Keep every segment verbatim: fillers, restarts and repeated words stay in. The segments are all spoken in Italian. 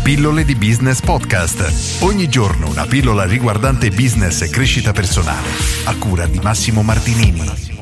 Pillole di Business Podcast. Ogni giorno una pillola riguardante business e crescita personale. A cura di Massimo Martinini.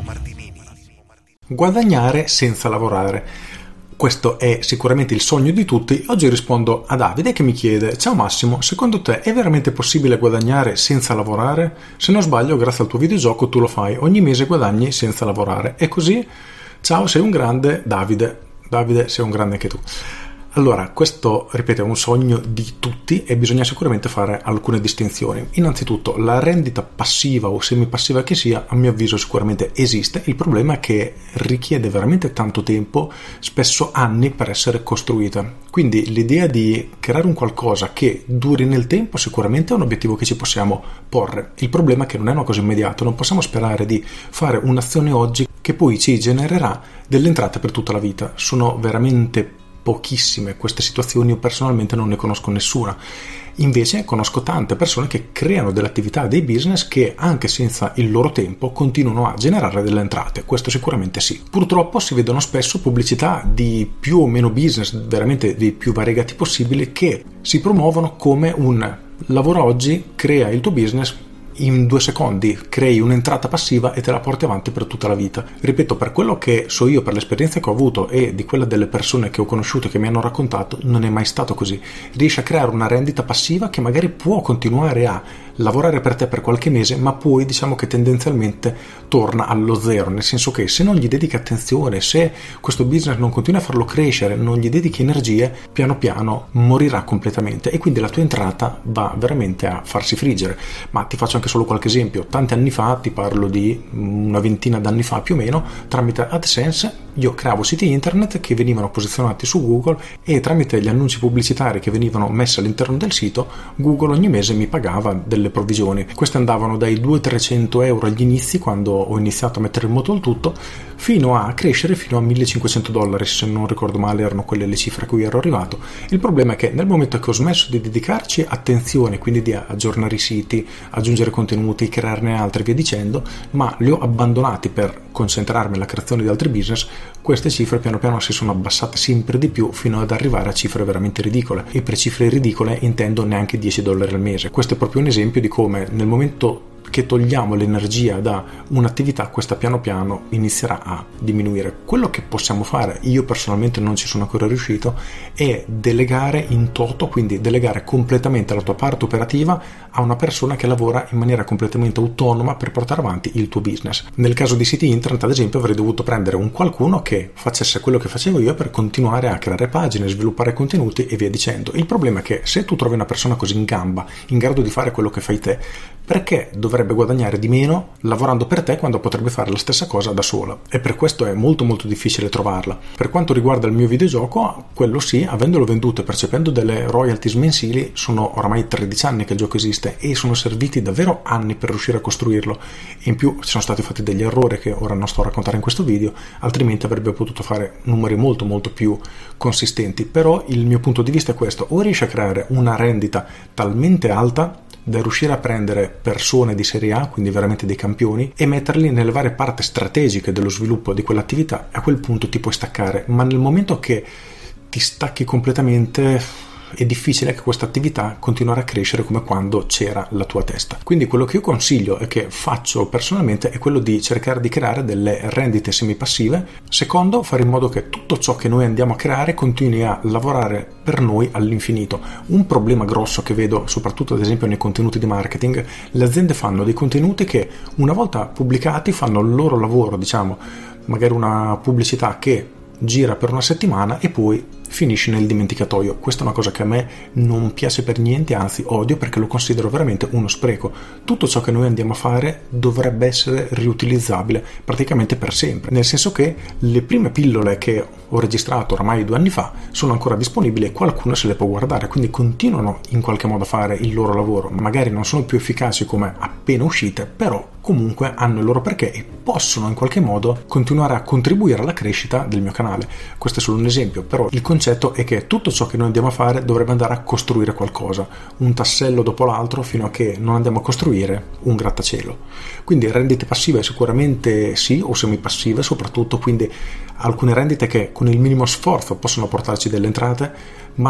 Guadagnare senza lavorare. Questo è sicuramente il sogno di tutti. Oggi rispondo a Davide che mi chiede: ciao Massimo, secondo te è veramente possibile guadagnare senza lavorare? Se non sbaglio, grazie al tuo videogioco tu lo fai, ogni mese guadagni senza lavorare. È così? Ciao, sei un grande Davide. Davide, sei un grande anche tu. Allora, questo, ripeto, è un sogno di tutti e bisogna sicuramente fare alcune distinzioni. Innanzitutto, la rendita passiva o semipassiva che sia, a mio avviso sicuramente esiste. Il problema è che richiede veramente tanto tempo, spesso anni, per essere costruita. Quindi l'idea di creare un qualcosa che duri nel tempo sicuramente è un obiettivo che ci possiamo porre. Il problema è che non è una cosa immediata, non possiamo sperare di fare un'azione oggi che poi ci genererà delle entrate per tutta la vita. Sono veramente pochissime queste situazioni, io personalmente non ne conosco nessuna. Invece conosco tante persone che creano delle attività, dei business che anche senza il loro tempo continuano a generare delle entrate. Questo sicuramente sì. Purtroppo si vedono spesso pubblicità di più o meno business, veramente dei più variegati possibili, che si promuovono come un lavoro oggi, crea il tuo business in due secondi, crei un'entrata passiva e te la porti avanti per tutta la vita. Ripeto, per quello che so io, per l'esperienza che ho avuto e di quella delle persone che ho conosciuto e che mi hanno raccontato, non è mai stato così. Riesci a creare una rendita passiva che magari può continuare a lavorare per te per qualche mese, ma poi diciamo che tendenzialmente torna allo zero, nel senso che se non gli dedichi attenzione, se questo business non continui a farlo crescere, non gli dedichi energie, piano piano morirà completamente e quindi la tua entrata va veramente a farsi friggere. Ma ti faccio anche solo qualche esempio. Tanti anni fa, ti parlo di una ventina d'anni fa più o meno, tramite AdSense io creavo siti internet che venivano posizionati su Google e tramite gli annunci pubblicitari che venivano messi all'interno del sito, Google ogni mese mi pagava delle provvisioni. Queste andavano dai duecento-trecento euro agli inizi, quando ho iniziato a mettere in moto il tutto, fino a crescere fino a millecinquecento dollari, se non ricordo male erano quelle le cifre a cui ero arrivato. Il problema è che nel momento che ho smesso di dedicarci attenzione, quindi di aggiornare i siti, aggiungere contenuti, crearne altri e via dicendo, ma li ho abbandonati per concentrarmi nella creazione di altri business, queste cifre piano piano si sono abbassate sempre di più fino ad arrivare a cifre veramente ridicole. E per cifre ridicole intendo neanche dieci dollari al mese. Questo è proprio un esempio di come nel momento che togliamo l'energia da un'attività, questa piano piano inizierà a diminuire. Quello che possiamo fare, io personalmente non ci sono ancora riuscito, è delegare in toto, quindi delegare completamente la tua parte operativa a una persona che lavora in maniera completamente autonoma per portare avanti il tuo business. Nel caso di siti internet, ad esempio, avrei dovuto prendere un qualcuno che facesse quello che facevo io per continuare a creare pagine, sviluppare contenuti e via dicendo. Il problema è che se tu trovi una persona così in gamba, in grado di fare quello che fai te, perché dovrebbe guadagnare di meno lavorando per te quando potrebbe fare la stessa cosa da sola? E per questo è molto molto difficile trovarla. Per quanto riguarda il mio videogioco, quello sì, avendolo venduto e percependo delle royalties mensili, sono oramai tredici anni che il gioco esiste e sono serviti davvero anni per riuscire a costruirlo. E in più ci sono stati fatti degli errori che ora non sto a raccontare in questo video, altrimenti avrebbe potuto fare numeri molto molto più consistenti. Però il mio punto di vista è questo: o riesci a creare una rendita talmente alta da riuscire a prendere persone di serie A, quindi veramente dei campioni, e metterli nelle varie parti strategiche dello sviluppo di quell'attività, a quel punto ti puoi staccare. Ma nel momento che ti stacchi completamente è difficile che questa attività continuerà a crescere come quando c'era la tua testa. Quindi quello che io consiglio e che faccio personalmente è quello di cercare di creare delle rendite semipassive. Secondo, fare in modo che tutto ciò che noi andiamo a creare continui a lavorare per noi all'infinito. Un problema grosso che vedo soprattutto ad esempio nei contenuti di marketing: le aziende fanno dei contenuti che una volta pubblicati fanno il loro lavoro, diciamo magari una pubblicità che gira per una settimana e poi finisce nel dimenticatoio. Questa è una cosa che a me non piace per niente, anzi odio, perché lo considero veramente uno spreco. Tutto ciò che noi andiamo a fare dovrebbe essere riutilizzabile praticamente per sempre, nel senso che le prime pillole che ho registrato oramai due anni fa sono ancora disponibili e qualcuno se le può guardare, quindi continuano in qualche modo a fare il loro lavoro. Magari non sono più efficaci come appena uscite, però comunque hanno il loro perché e possono in qualche modo continuare a contribuire alla crescita del mio canale. Questo è solo un esempio, però il concetto è che tutto ciò che noi andiamo a fare dovrebbe andare a costruire qualcosa, un tassello dopo l'altro, fino a che non andiamo a costruire un grattacielo. Quindi rendite passive sicuramente sì, o semipassive soprattutto, quindi alcune rendite che con il minimo sforzo possono portarci delle entrate, ma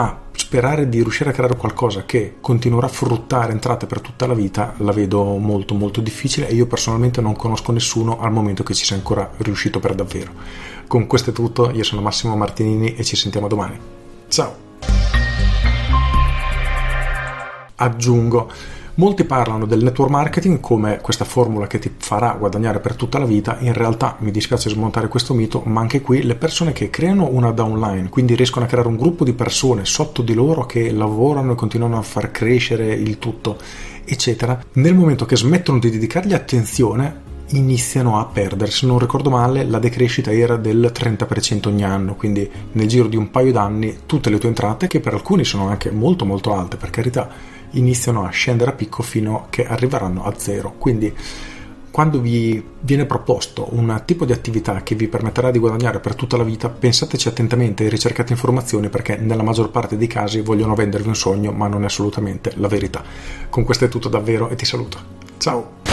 sperare di riuscire a creare qualcosa che continuerà a fruttare entrate per tutta la vita la vedo molto molto difficile, e io personalmente non conosco nessuno al momento che ci sia ancora riuscito per davvero. Con questo è tutto, io sono Massimo Martinini e ci sentiamo domani. Ciao! Aggiungo, molti parlano del network marketing come questa formula che ti farà guadagnare per tutta la vita. In realtà mi dispiace smontare questo mito, ma anche qui le persone che creano una downline, quindi riescono a creare un gruppo di persone sotto di loro che lavorano e continuano a far crescere il tutto, eccetera, nel momento che smettono di dedicargli attenzione iniziano a perdere. Se non ricordo male, la decrescita era del trenta per cento ogni anno, quindi nel giro di un paio d'anni tutte le tue entrate, che per alcuni sono anche molto molto alte per carità, iniziano a scendere a picco fino a che arriveranno a zero. Quindi quando vi viene proposto un tipo di attività che vi permetterà di guadagnare per tutta la vita, pensateci attentamente e ricercate informazioni, perché nella maggior parte dei casi vogliono vendervi un sogno, ma non è assolutamente la verità. Con questo è tutto davvero e ti saluto. Ciao!